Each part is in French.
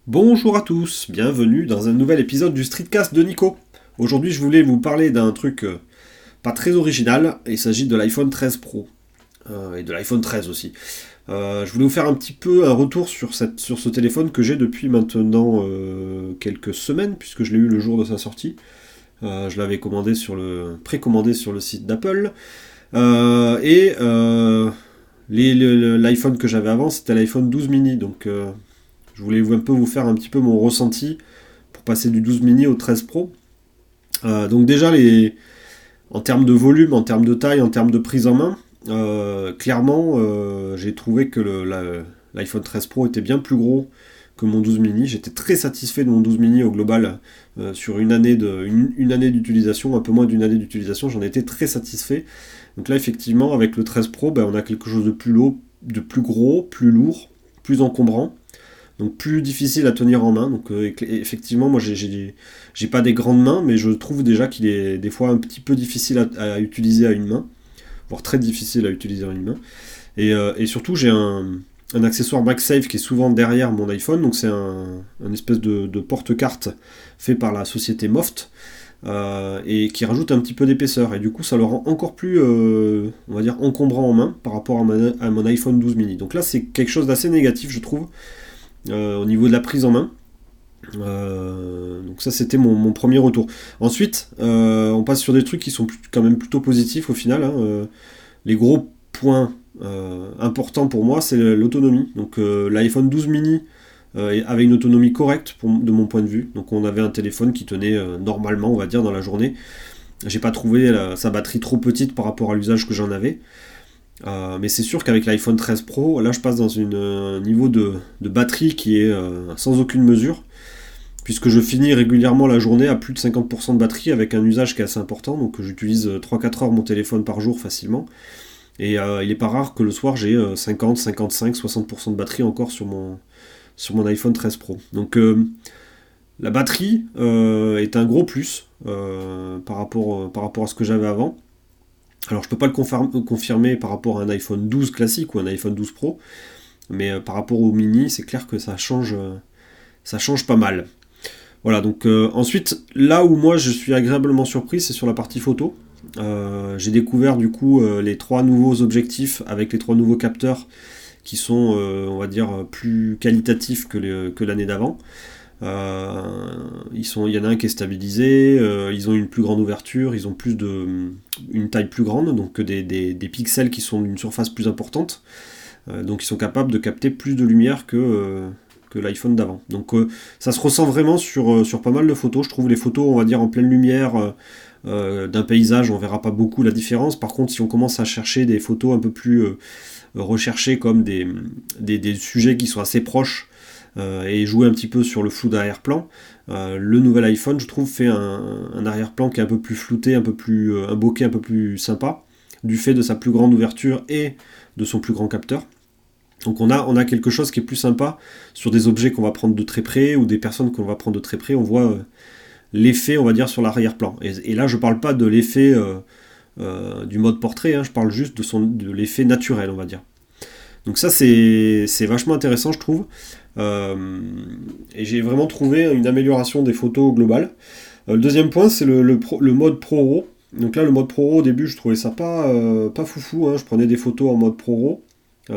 Bonjour à tous, bienvenue dans un nouvel épisode du Streetcast de Nico. Aujourd'hui je voulais vous parler d'un truc pas très original, il s'agit de l'iPhone 13 Pro, et de l'iPhone 13 aussi. Je voulais vous faire un petit peu un retour sur ce téléphone que j'ai depuis maintenant quelques semaines, puisque je l'ai eu le jour de sa sortie. Je l'avais précommandé sur le site d'Apple. L'iPhone que j'avais avant c'était l'iPhone 12 mini, donc je voulais un peu vous faire un petit peu mon ressenti pour passer du 12 mini au 13 Pro. Donc déjà, en termes de volume, en termes de taille, en termes de prise en main, clairement, j'ai trouvé que l'iPhone 13 Pro était bien plus gros que mon 12 mini. J'étais très satisfait de mon 12 mini au global sur une année d'utilisation, un peu moins d'une année d'utilisation, j'en étais très satisfait. Donc là, effectivement, avec le 13 Pro, on a quelque chose de plus lourd, de plus gros, plus lourd, plus encombrant. Donc plus difficile à tenir en main. Donc effectivement, moi j'ai pas des grandes mains, mais je trouve déjà qu'il est des fois un petit peu difficile à utiliser à une main, voire très difficile à utiliser à une main. Et surtout, j'ai un accessoire MagSafe qui est souvent derrière mon iPhone, donc c'est un espèce de porte-carte fait par la société Moft. Et qui rajoute un petit peu d'épaisseur, et du coup ça le rend encore plus on va dire encombrant en main par rapport à mon iPhone 12 mini. Donc là c'est quelque chose d'assez négatif, je trouve, au niveau de la prise en main. Donc ça c'était mon premier retour. Ensuite on passe sur des trucs qui sont quand même plutôt positifs au final, hein. Les gros points importants pour moi c'est l'autonomie. Donc l'iPhone 12 mini avait une autonomie correcte de mon point de vue. Donc on avait un téléphone qui tenait normalement, on va dire, dans la journée. J'ai pas trouvé sa batterie trop petite par rapport à l'usage que j'en avais. Mais c'est sûr qu'avec l'iPhone 13 Pro, là je passe dans un niveau de batterie qui est sans aucune mesure, puisque je finis régulièrement la journée à plus de 50% de batterie avec un usage qui est assez important, donc j'utilise 3-4 heures mon téléphone par jour facilement, et il n'est pas rare que le soir j'ai 50, 55, 60% de batterie encore sur mon iPhone 13 Pro. Donc la batterie est un gros plus par rapport à ce que j'avais avant. Alors je peux pas le confirmer par rapport à un iPhone 12 classique ou un iPhone 12 Pro, mais par rapport au mini, c'est clair que ça change pas mal. Voilà, donc ensuite, là où moi je suis agréablement surpris, c'est sur la partie photo. J'ai découvert du coup les 3 nouveaux objectifs avec les 3 nouveaux capteurs qui sont, on va dire, plus qualitatifs que l'année d'avant. Il y en a un qui est stabilisé, ils ont une plus grande ouverture, ils ont une taille plus grande, donc des pixels qui sont d'une surface plus importante, donc ils sont capables de capter plus de lumière que l'iPhone d'avant. Donc ça se ressent vraiment sur pas mal de photos. Je trouve les photos, on va dire, en pleine lumière d'un paysage, on verra pas beaucoup la différence. Par contre, si on commence à chercher des photos un peu plus recherchées, comme des sujets qui sont assez proches, et jouer un petit peu sur le flou d'arrière-plan, le nouvel iPhone, je trouve, fait un arrière-plan qui est un peu plus flouté, un bokeh un peu plus sympa, du fait de sa plus grande ouverture et de son plus grand capteur. Donc on a quelque chose qui est plus sympa sur des objets qu'on va prendre de très près ou des personnes qu'on va prendre de très près. On voit l'effet, on va dire, sur l'arrière-plan. Et là, je parle pas de l'effet du mode portrait, hein, je parle juste de l'effet naturel, on va dire. Donc ça, c'est vachement intéressant, je trouve. Et j'ai vraiment trouvé une amélioration des photos globales. Le deuxième point, c'est le mode Pro RAW. Donc là, le mode Pro RAW, au début, je trouvais ça pas foufou, hein. Je prenais des photos en mode Pro RAW.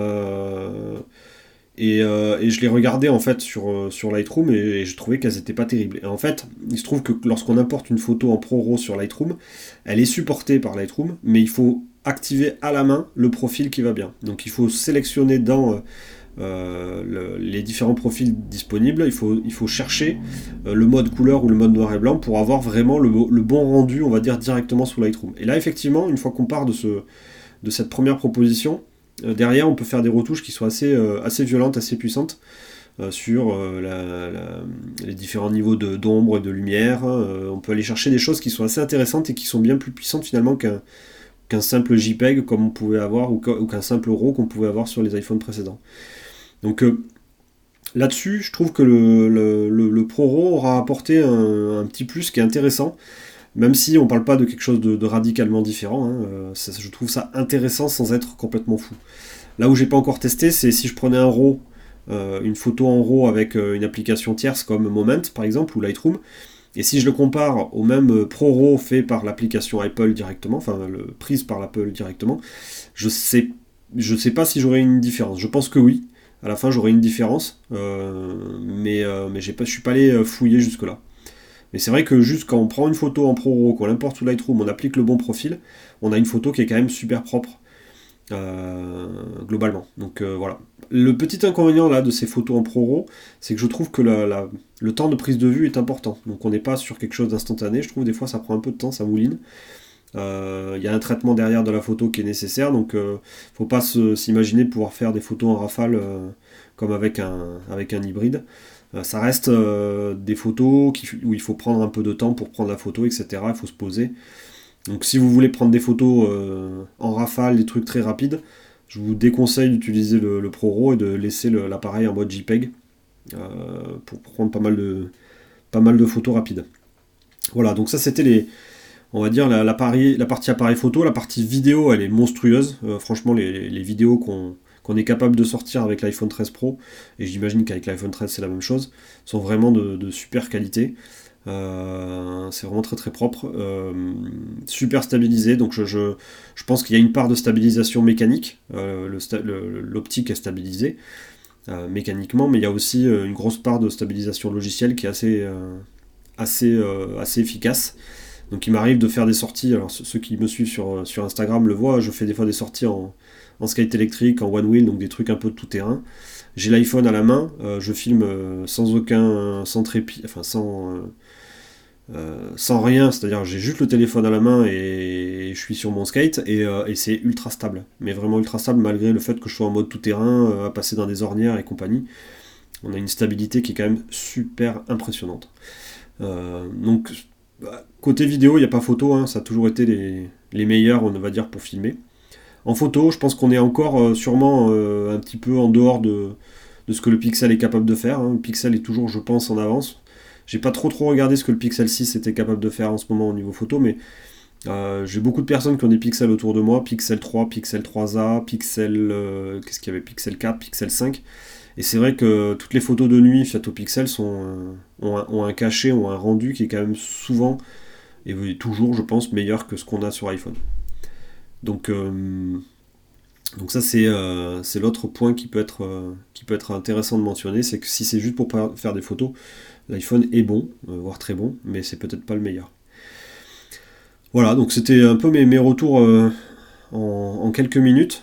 Et je les regardais en fait sur Lightroom, et je trouvais qu'elles étaient pas terribles. Et en fait, il se trouve que lorsqu'on importe une photo en ProRAW sur Lightroom, elle est supportée par Lightroom, mais il faut activer à la main le profil qui va bien. Donc il faut sélectionner dans les différents profils disponibles, il faut chercher le mode couleur ou le mode noir et blanc pour avoir vraiment le bon rendu, on va dire, directement sous Lightroom. Et là, effectivement, une fois qu'on part de cette première proposition, derrière, on peut faire des retouches qui sont assez violentes, assez puissantes sur les différents niveaux d'ombre et de lumière. On peut aller chercher des choses qui sont assez intéressantes et qui sont bien plus puissantes finalement qu'un simple JPEG comme on pouvait avoir, ou qu'un simple RAW qu'on pouvait avoir sur les iPhones précédents. Donc là-dessus, je trouve que le Pro RAW aura apporté un petit plus qui est intéressant. Même si on parle pas de quelque chose de radicalement différent, hein, je trouve ça intéressant sans être complètement fou. Là où j'ai pas encore testé, c'est si je prenais un RAW une photo en RAW avec une application tierce comme Moment par exemple ou Lightroom, et si je le compare au même ProRAW fait par l'application Apple directement, enfin prise par l'Apple directement, je sais pas si j'aurai une différence. Je pense que oui. À la fin, j'aurai une différence, mais je suis pas allé fouiller jusque là. Mais c'est vrai que juste quand on prend une photo en ProRAW, qu'on l'importe sous Lightroom, on applique le bon profil, on a une photo qui est quand même super propre. Globalement. Donc voilà. Le petit inconvénient là de ces photos en ProRAW, c'est que je trouve que le temps de prise de vue est important. Donc on n'est pas sur quelque chose d'instantané. Je trouve des fois ça prend un peu de temps, ça mouline. Il y a un traitement derrière de la photo qui est nécessaire, donc faut pas s'imaginer pouvoir faire des photos en rafale comme avec un hybride. Ça reste des photos où il faut prendre un peu de temps pour prendre la photo, etc. Il faut se poser. Donc si vous voulez prendre des photos en rafale, des trucs très rapides, je vous déconseille d'utiliser le ProRAW et de laisser l'appareil en mode JPEG pour prendre pas mal de photos rapides. Voilà, donc ça c'était on va dire la partie appareil photo. La partie vidéo, elle est monstrueuse. Franchement, les vidéos qu'on est capable de sortir avec l'iPhone 13 Pro, et j'imagine qu'avec l'iPhone 13 c'est la même chose, sont vraiment de super qualité. C'est vraiment très très propre, super stabilisé, donc je pense qu'il y a une part de stabilisation mécanique, l'optique est stabilisée mécaniquement, mais il y a aussi une grosse part de stabilisation logicielle qui est assez efficace. Donc il m'arrive de faire des sorties, alors ceux qui me suivent sur Instagram le voient, je fais des fois des sorties en skate électrique, en one wheel, donc des trucs un peu de tout terrain. J'ai l'iPhone à la main, je filme sans trépied, enfin sans rien, c'est-à-dire j'ai juste le téléphone à la main et je suis sur mon skate et c'est ultra stable, mais vraiment ultra stable malgré le fait que je sois en mode tout terrain, à passer dans des ornières et compagnie. On a une stabilité qui est quand même super impressionnante. Donc côté vidéo, il n'y a pas photo, hein, ça a toujours été les meilleurs, on va dire, pour filmer. En photo, je pense qu'on est encore sûrement un petit peu en dehors de ce que le Pixel est capable de faire. Hein. Le Pixel est toujours, je pense, en avance. J'ai pas trop regardé ce que le Pixel 6 était capable de faire en ce moment au niveau photo, mais j'ai beaucoup de personnes qui ont des Pixels autour de moi, Pixel 3, Pixel 3a, Pixel, qu'est-ce qu'il y avait, Pixel 4, Pixel 5. Et c'est vrai que toutes les photos de nuit faites au Pixel ont un cachet, ont un rendu qui est quand même souvent, et toujours je pense, meilleur que ce qu'on a sur iPhone. Donc ça c'est l'autre point qui peut être intéressant de mentionner, c'est que si c'est juste pour faire des photos, l'iPhone est bon, voire très bon, mais c'est peut-être pas le meilleur. Voilà, donc c'était un peu mes retours en quelques minutes.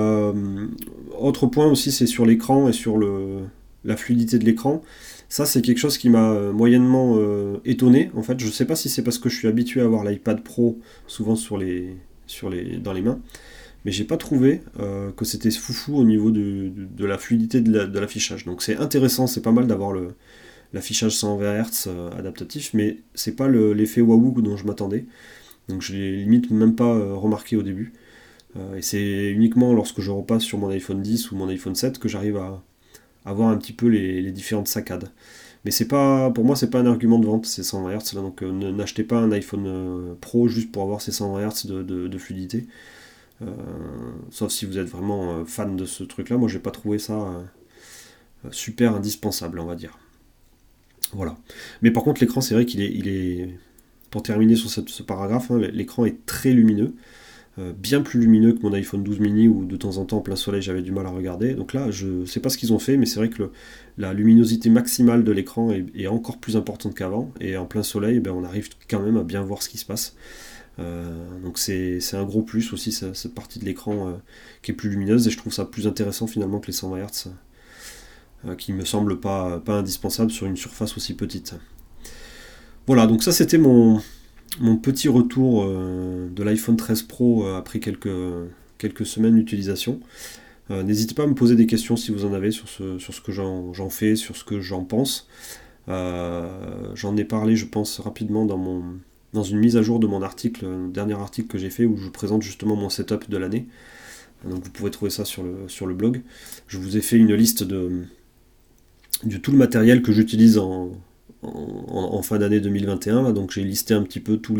Autre point aussi, c'est sur l'écran et sur la fluidité de l'écran. Ça, c'est quelque chose qui m'a moyennement étonné. En fait, je ne sais pas si c'est parce que je suis habitué à avoir l'iPad Pro souvent dans les mains, mais j'ai pas trouvé que c'était foufou au niveau de la fluidité de l'affichage. Donc c'est intéressant, c'est pas mal d'avoir l'affichage 120 Hz adaptatif, mais c'est pas l'effet waouh dont je m'attendais. Donc je l'ai limite même pas remarqué au début. Et c'est uniquement lorsque je repasse sur mon iPhone 10 ou mon iPhone 7 que j'arrive à voir un petit peu les différentes saccades. Mais pour moi, c'est pas un argument de vente, ces 120 Hz. Là, donc n'achetez pas un iPhone Pro juste pour avoir ces 120 Hz de fluidité. Sauf si vous êtes vraiment fan de ce truc-là. Moi, j'ai pas trouvé ça super indispensable, on va dire. Voilà. Mais par contre, l'écran, c'est vrai qu'il est pour terminer sur ce paragraphe, hein, l'écran est très lumineux. Bien plus lumineux que mon iPhone 12 mini où de temps en temps en plein soleil j'avais du mal à regarder. Donc là je sais pas ce qu'ils ont fait, mais c'est vrai que la luminosité maximale de l'écran est encore plus importante qu'avant, et en plein soleil on arrive quand même à bien voir ce qui se passe. Donc c'est un gros plus aussi, cette partie de l'écran qui est plus lumineuse, et je trouve ça plus intéressant finalement que les 120 Hz qui me semble pas indispensable sur une surface aussi petite. Voilà, donc ça c'était mon petit retour de l'iPhone 13 Pro après quelques semaines d'utilisation. N'hésitez pas à me poser des questions si vous en avez sur ce que j'en fais, sur ce que j'en pense. J'en ai parlé, je pense, rapidement dans une mise à jour de mon article, le dernier article que j'ai fait où je vous présente justement mon setup de l'année. Donc vous pouvez trouver ça sur le blog. Je vous ai fait une liste de tout le matériel que j'utilise en fin d'année 2021, là, donc j'ai listé un petit peu tout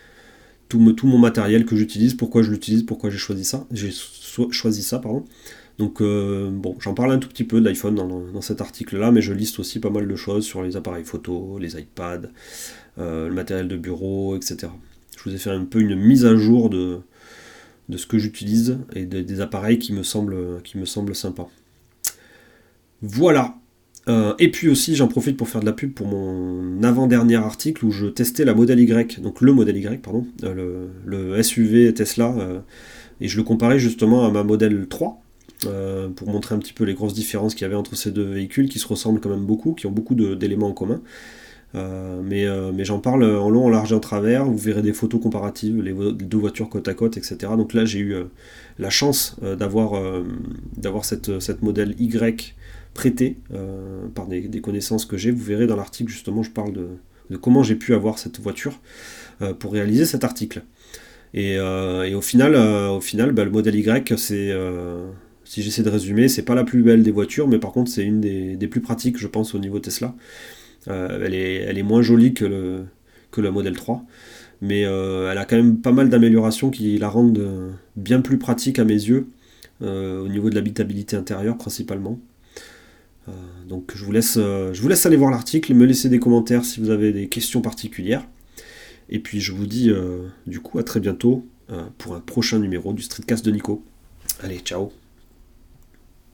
mon matériel que j'utilise, pourquoi je l'utilise, pourquoi j'ai choisi ça, pardon. Donc bon, j'en parle un tout petit peu d'iPhone dans cet article-là, mais je liste aussi pas mal de choses sur les appareils photo, les iPads, le matériel de bureau, etc. Je vous ai fait un peu une mise à jour de ce que j'utilise et des appareils qui me semblent sympas. Voilà. Et puis aussi, j'en profite pour faire de la pub pour mon avant-dernier article où je testais la Model Y, donc le Model Y, pardon, le SUV Tesla, et je le comparais justement à ma Model 3, pour montrer un petit peu les grosses différences qu'il y avait entre ces deux véhicules qui se ressemblent quand même beaucoup, qui ont beaucoup d'éléments en commun. Mais j'en parle en long, en large et en travers. Vous verrez des photos comparatives, les deux voitures côte à côte, etc. Donc là, j'ai eu la chance d'avoir cette modèle Y prêtée par des connaissances que j'ai. Vous verrez dans l'article, justement, je parle de comment j'ai pu avoir cette voiture pour réaliser cet article. Et au final, bah, le modèle Y, si j'essaie de résumer, c'est pas la plus belle des voitures, mais par contre, c'est une des plus pratiques, je pense, au niveau Tesla. Elle est moins jolie que la Model 3, mais elle a quand même pas mal d'améliorations qui la rendent bien plus pratique à mes yeux, au niveau de l'habitabilité intérieure principalement. Donc je vous laisse aller voir l'article, me laisser des commentaires si vous avez des questions particulières. Et puis je vous dis du coup à très bientôt pour un prochain numéro du Streetcast de Nico. Allez, ciao!